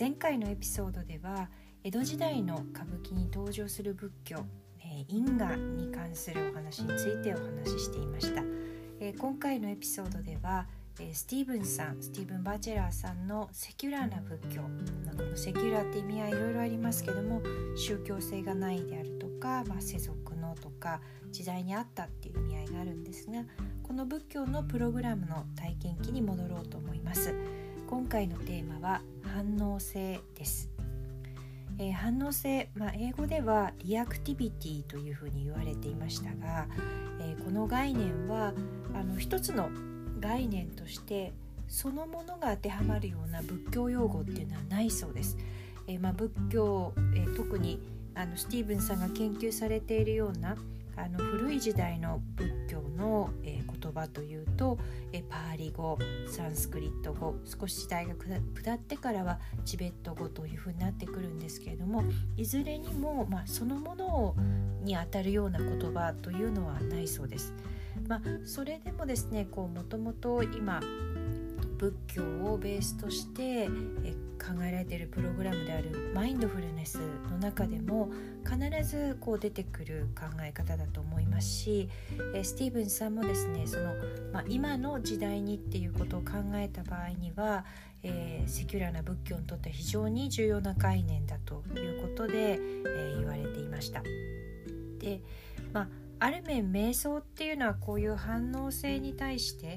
前回のエピソードでは江戸時代の歌舞伎に登場する仏教、因果に関するお話についてお話ししていました。今回のエピソードではスティーブン・バチェラーさんのセキュラーな仏教、このセキュラーって意味はいろいろありますけども、宗教性がないであるとか、世俗のとか時代にあったっていう意味合いがあるんですが、この仏教のプログラムの体験記に戻ろうと思います。今回のテーマは反応性です。反応性、英語ではリアクティビティというふうに言われていましたが、この概念は一つの概念としてそのものが当てはまるような仏教用語っていうのはないそうです。仏教、特にスティーブンさんが研究されているような古い時代の仏教の、言葉というと、パーリ語、サンスクリット語、少し時代が下ってからはチベット語というふうになってくるんですけれども、いずれにも、そのものに当たるような言葉というのはないそうです。それでもですね、もともと今仏教をベースとして考えられているプログラムであるマインドフルネスの中でも必ず出てくる考え方だと思いますし、スティーブンさんもですね、今の時代にっていうことを考えた場合には、セキュラーな仏教にとって非常に重要な概念だということで、言われていました。で、ある面瞑想っていうのはこういう反応性に対して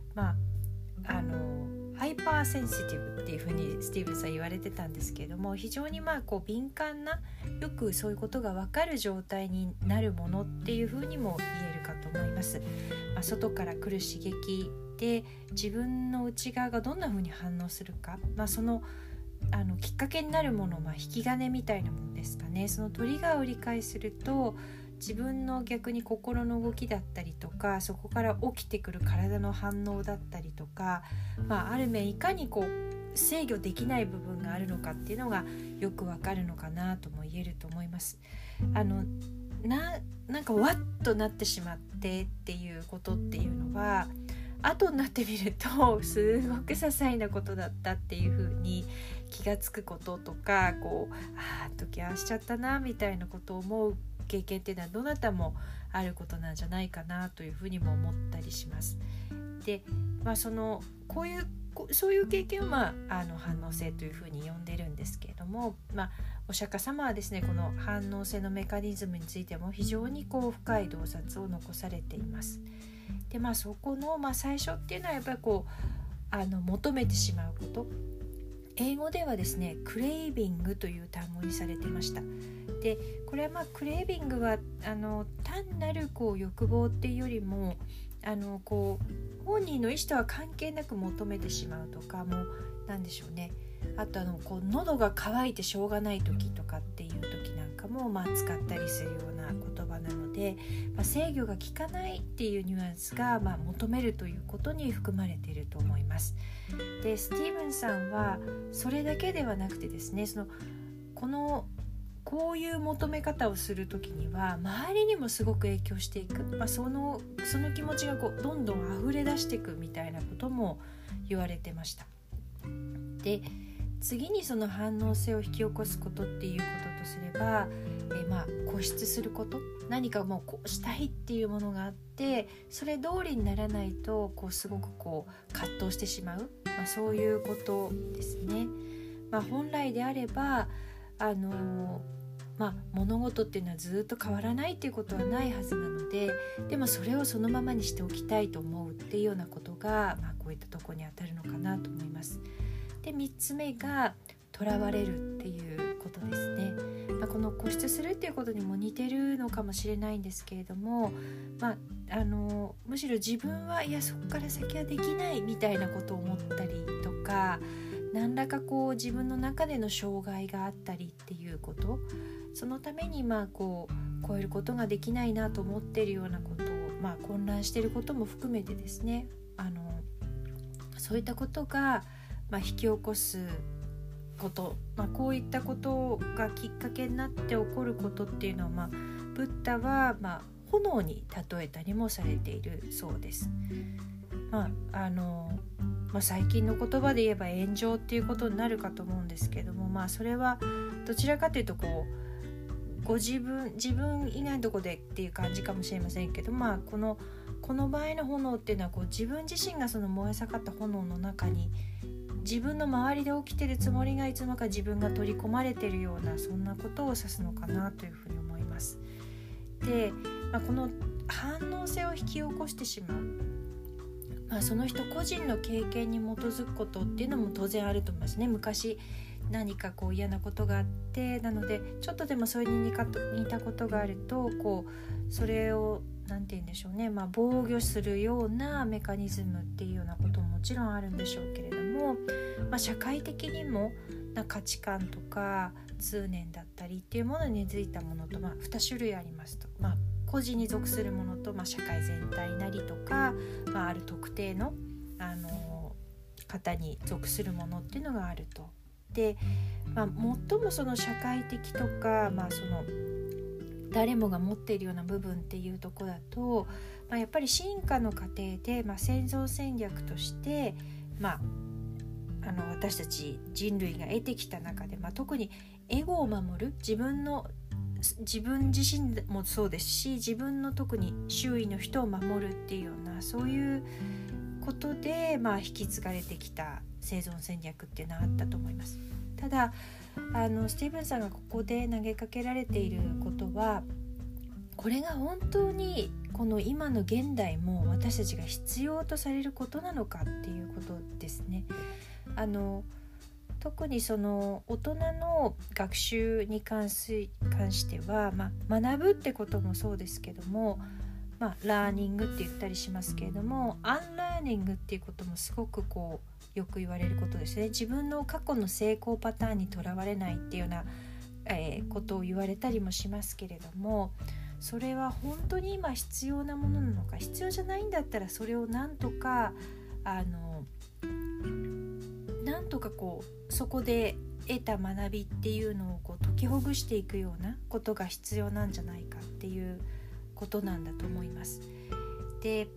ハイパーセンシティブっていうふうにスティーブンさん言われてたんですけれども、非常に敏感な、よくそういうことが分かる状態になるものっていうふうにも言えるかと思います。外から来る刺激で自分の内側がどんなふうに反応するか、そのきっかけになるもの、引き金みたいなものですかね。そのトリガーを理解すると自分の逆に心の動きだったりとか、そこから起きてくる体の反応だったりとか、ある面いかに制御できない部分があるのかっていうのがよくわかるのかなとも言えると思います。なんかわっとなってしまってっていうことっていうのは後になってみるとすごく些細なことだったっていう風に気がつくこととか、時ああしちゃったなみたいなことを思う経験っていうのはどなたもあることなんじゃないかなというふうにも思ったりします。で、そういう経験を、反応性というふうに呼んでるんですけれども、お釈迦様はですね、この反応性のメカニズムについても非常に深い洞察を残されています。で、そこの、最初っていうのはやっぱり求めてしまうこと、英語ではですねクレイビングという単語にされていました。で、これはクレイビングは単なる欲望っていうよりも本人の意思とは関係なく求めてしまうとか、もうなんでしょうね、あと喉が渇いてしょうがない時とかっていう時なんかも使ったりするような言葉なので、制御が効かないっていうニュアンスが求めるということに含まれていると思います。で、スティーブンさんはそれだけではなくてですね、こういう求め方をするときには周りにもすごく影響していく、その気持ちがどんどん溢れ出していくみたいなことも言われてました。で、次にその反応性を引き起こすことっていうこととすれば、固執すること、何かもうこうしたいっていうものがあってそれ通りにならないとすごく葛藤してしまう、そういうことですね。本来であれば物事っていうのはずっと変わらないっていうことはないはずなので、でもそれをそのままにしておきたいと思うっていうようなことが、こういったところに当たるのかなと思います。で、3つ目が囚われるっていうことですね。この固執するっていうことにも似てるのかもしれないんですけれども、むしろ自分はいやそこから先はできないみたいなことを思ったりとか、何らか自分の中での障害があったりっていうこと、そのために超えることができないなと思っているようなことを、混乱していることも含めてですね、そういったことが、引き起こすこと、こういったことがきっかけになって起こることっていうのは、ブッダは、炎に例えたりもされているそうです。 最近の言葉で言えば炎上っていうことになるかと思うんですけども、それはどちらかというとご自分以外のとこでっていう感じかもしれませんけど、この場合の炎っていうのは自分自身がその燃え盛った炎の中に自分の周りで起きてるつもりがいつもか自分が取り込まれてるような、そんなことを指すのかなというふうに思います。で、この反応性を引き起こしてしまう、その人個人の経験に基づくことっていうのも当然あると思いますね。昔何か嫌なことがあって、なのでちょっとでもそれに似たことがあるとそれをなんて言うんでしょうね、防御するようなメカニズムっていうようなことももちろんあるんでしょうけれども、社会的にも価値観とか通念だったりっていうものに根付いたものと、2種類ありますと、個人に属するものと、社会全体なりとか、ある特定の、方に属するものっていうのがあると。で、最もその社会的とか、その誰もが持っているような部分っていうところだと、やっぱり進化の過程で、生存戦略として、私たち人類が得てきた中で、特にエゴを守る、自分自身もそうですし、自分の特に周囲の人を守るっていうような、そういうことで、引き継がれてきた生存戦略っていうのはあったと思います。ただスティーブンさんがここで投げかけられていることは、これが本当にこの今の現代も私たちが必要とされることなのかっていうことですね。特にその大人の学習に関しては、学ぶってこともそうですけども、ラーニングって言ったりしますけれども、アンラーニングっていうこともすごくよく言われることですね。自分の過去の成功パターンにとらわれないっていうような、ことを言われたりもしますけれども、それは本当に今必要なものなのか、必要じゃないんだったらそれをなんとかそこで得た学びっていうのを解きほぐしていくようなことが必要なんじゃないかっていうことなんだと思います。で、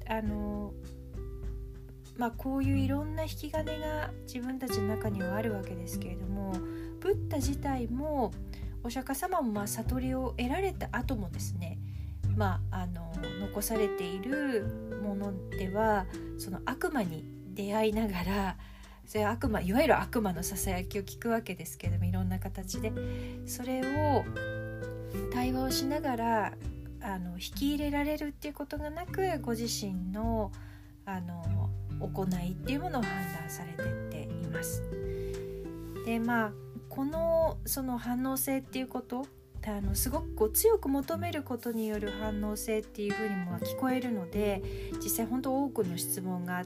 こういういろんな引き金が自分たちの中にはあるわけですけれども、ブッダ自体もお釈迦様も悟りを得られた後もですね、残されているものでは、その悪魔に出会いながら、それいわゆる悪魔のささやきを聞くわけですけれども、いろんな形でそれを対話をしながら引き入れられるっていうことがなく、ご自身の行いっていうものを判断されてっています。で、その反応性っていうことすごく強く求めることによる反応性っていうふうにも聞こえるので、実際本当多くの質問があって、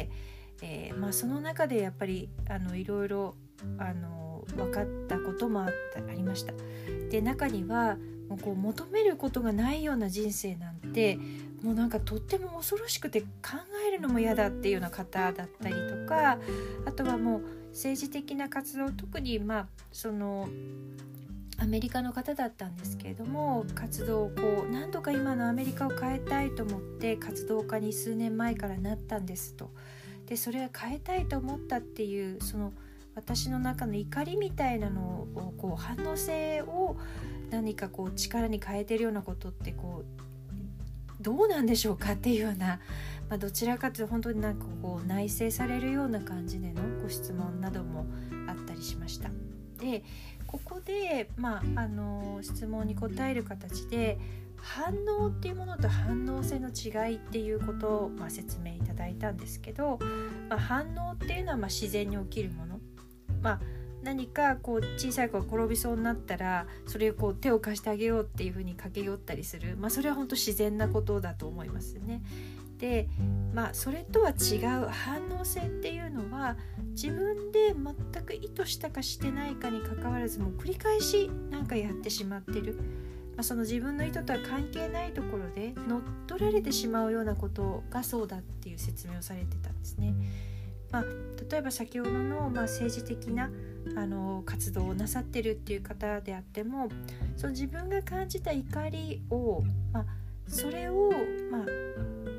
その中でやっぱりいろいろ分かったこともありました。で、中にはもう求めることがないような人生なんてもうとっても恐ろしくて考えるのも嫌だっていうような方だったりとか、あとはもう政治的な活動、特にそのアメリカの方だったんですけれども、活動を何とか今のアメリカを変えたいと思って活動家に数年前からなったんですと。で、それは変えたいと思ったっていう、その私の中の怒りみたいなのを反応性を何か力に変えてるようなことってどうなんでしょうかっていうような、どちらかというと本当に内省されるような感じでのご質問などもあったりしました。で、ここで、質問に答える形で反応っていうものと反応性の違いっていうことを、説明いただいたんですけど、反応っていうのは自然に起きるもの、何か小さい子が転びそうになったらそれを手を貸してあげようっていう風に駆け寄ったりする、それは本当自然なことだと思いますね。で、それとは違う反応性っていうのは、自分で全く意図したかしてないかにかかわらずもう繰り返しやってしまってる、その自分の意図とは関係ないところで乗っ取られてしまうようなことがそうだっていう説明をされてたんですね。例えば先ほどの、政治的な活動をなさってるっていう方であっても、その自分が感じた怒りを、それを、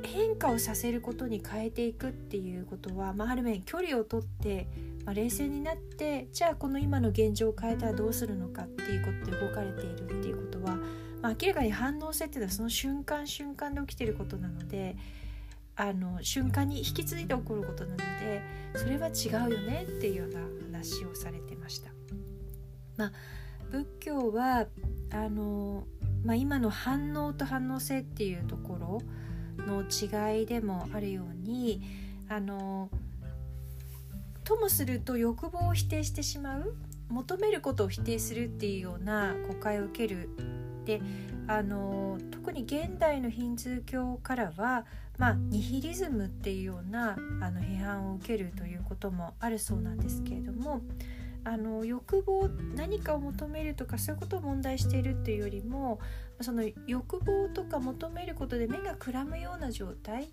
変化をさせることに変えていくっていうことは、ある面距離をとって、冷静になって、じゃあこの今の現状を変えたらどうするのかっていうことで動かれているっていうことは、明らかに反応性っていうのはその瞬間瞬間で起きていることなので、瞬間に引き継いで起こることなので、それは違うよねっていうような話をされてました。仏教は今の反応と反応性っていうところの違いでもあるように、ともすると欲望を否定してしまう、求めることを否定するっていうような誤解を受ける。で特に現代のヒンズー教からは、ニヒリズムっていうような批判を受けるということもあるそうなんですけれども、欲望、何かを求めるとかそういうことを問題しているっていうよりも、その欲望とか求めることで目がくらむような状態、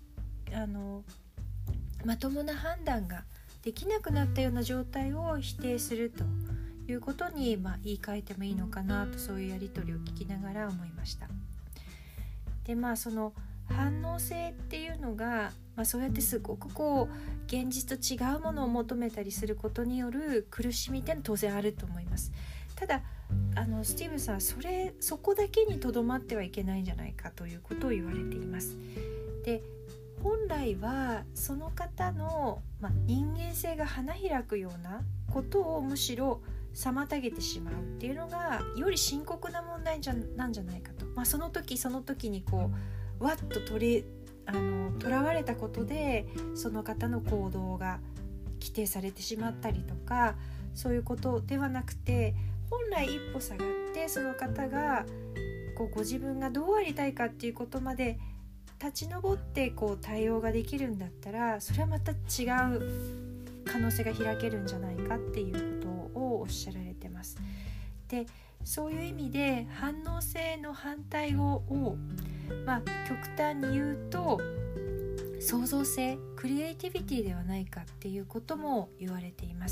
まともな判断ができなくなったような状態を否定するということに、言い換えてもいいのかなと、そういうやり取りを聞きながら思いました。でその反応性っていうのが、そうやってすごく現実と違うものを求めたりすることによる苦しみっていうのは当然あると思います。ただスティーブンさんはそこだけにとどまってはいけないんじゃないかということを言われています。で本来はその方の、人間性が花開くようなことをむしろ妨げてしまうっていうのがより深刻な問題なんじゃないかと、その時その時にわっととらわれたことでその方の行動が規定されてしまったりとか、そういうことではなくて、本来一歩下がってその方がご自分がどうありたいかっていうことまで立ち上って対応ができるんだったら、それはまた違う可能性が開けるんじゃないかっていうことをおっしゃられてます。でそういう意味で反応性の反対語を、極端に言うと創造性、クリエイティビティではないかっていうことも言われています。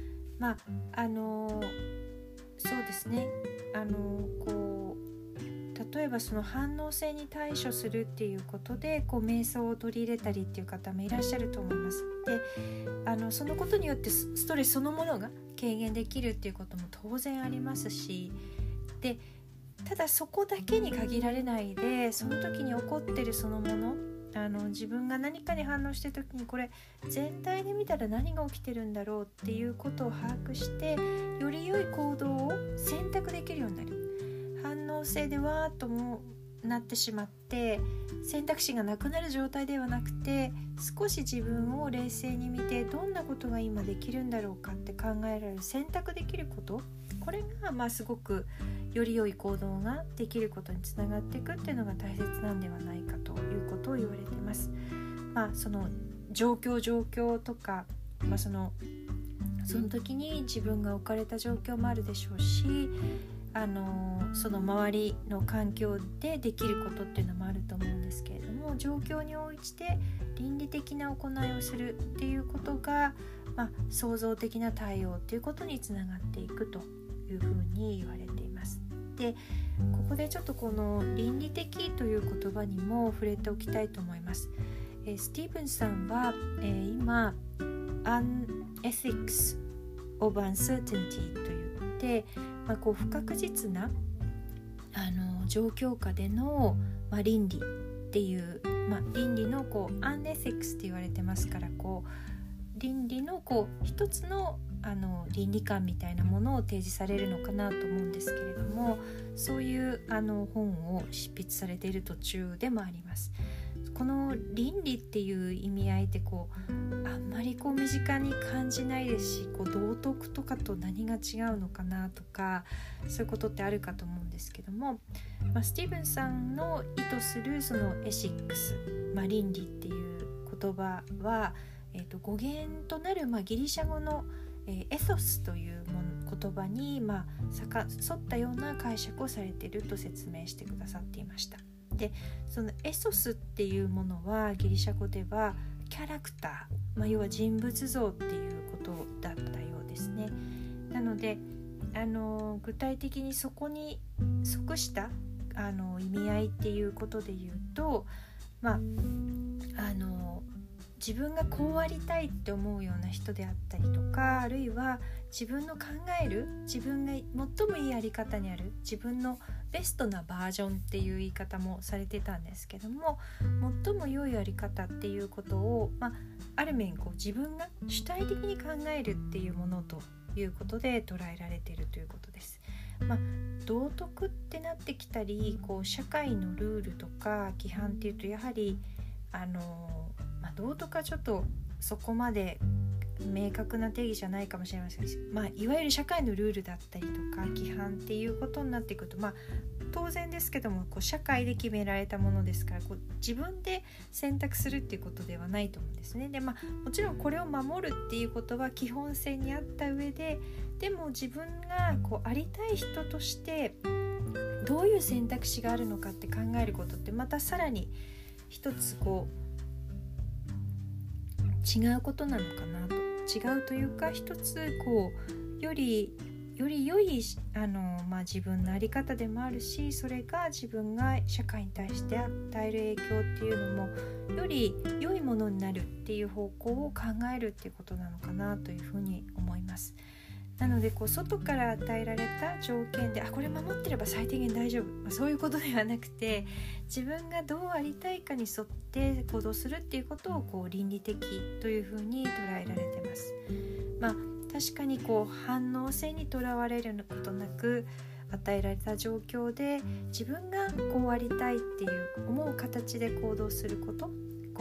そうですね、例えばその反応性に対処するっていうことで瞑想を取り入れたりっていう方もいらっしゃると思います。でそのことによってストレスそのものが軽減できるっていうことも当然ありますし、でただそこだけに限られないで、その時に起こってるそのもの、自分が何かに反応してる時にこれ全体で見たら何が起きてるんだろうっていうことを把握して、より良い行動を選択できるようになる。反応性でわーっともなってしまって選択肢がなくなる状態ではなくて、少し自分を冷静に見てどんなことが今できるんだろうかって考えられる、選択できること、これがすごくより良い行動ができることにつながっていくっていうのが大切なんではないかということを言われています。その状況とか、その時に自分が置かれた状況もあるでしょうし、その周りの環境でできることっていうのもあると思うんですけれども、状況に応じて倫理的な行いをするっていうことが、創造的な対応っていうことにつながっていくというふうに言われています。でここでちょっとこの倫理的という言葉にも触れておきたいと思います。スティーブンさんは、今 Unethics of Uncertainty と言って、不確実な状況下での、倫理っていう、倫理のUnethics って言われてますから、倫理の一つの倫理観みたいなものを提示されるのかなと思うんですけれども、そういう本を執筆されている途中でもあります。この倫理っていう意味合いってあんまり身近に感じないですし、道徳とかと何が違うのかなとか、そういうことってあるかと思うんですけども、スティーブンさんの意図するそのエシックス、倫理っていう言葉は、語源となる、ギリシャ語のエソスという言葉に、沿ったような解釈をされていると説明してくださっていました。でそのエソスっていうものはギリシャ語ではキャラクター、要は人物像っていうことだったようですね。なので具体的にそこに即した意味合いっていうことで言うと、 自分がこうありたいって思うような人であったりとか、あるいは自分の考える自分が最もいいあり方にある自分のベストなバージョンっていう言い方もされてたんですけども、最も良いあり方っていうことを、ある面自分が主体的に考えるっていうものということで捉えられているということです。道徳ってなってきたり、社会のルールとか規範っていうと、やはり道徳はちょっとそこまで明確な定義じゃないかもしれませんし、いわゆる社会のルールだったりとか規範っていうことになってくると、当然ですけども社会で決められたものですから、自分で選択するっていうことではないと思うんですね。で、もちろんこれを守るっていうことは基本線にあった上で、でも自分がありたい人としてどういう選択肢があるのかって考えることって、またさらに一つ違うことなのかなと。違うというか、一つより良い自分の在り方でもあるし、それが自分が社会に対して与える影響っていうのもより良いものになるっていう方向を考えるっていうことなのかなというふうに思います。なので外から与えられた条件でこれ守ってれば最低限大丈夫、そういうことではなくて、自分がどうありたいかに沿って行動するっていうことを倫理的というふうに捉えられてます。確かに反応性にとらわれることなく、与えられた状況で自分がこうありたいっていう思う形で行動すること、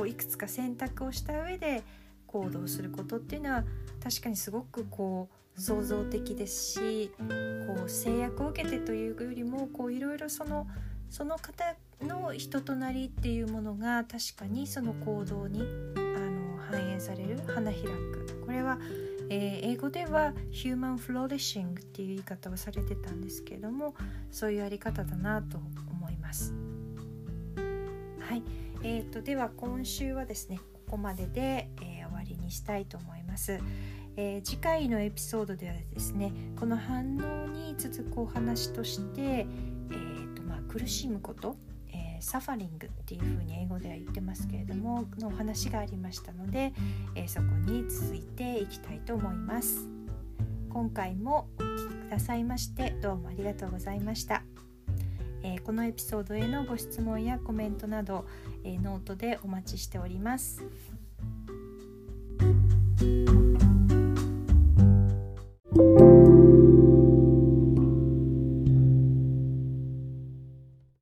いくつか選択をした上で行動することっていうのは確かにすごく創造的ですし、制約を受けてというよりもいろいろその方の人となりっていうものが確かにその行動に反映される、花開く。これは英語では Human Flourishing っていう言い方をされてたんですけれども、そういうやり方だなと思います。はい、では今週はですねここまでで、終わりにしたいと思います。次回のエピソードではですね、この反応に続くお話として、苦しむこと、サファリングっていうふうに英語では言ってますけれどものお話がありましたので、そこに続いていきたいと思います。今回もお聞きくださいましてどうもありがとうございました。このエピソードへのご質問やコメントなど、ノートでお待ちしております。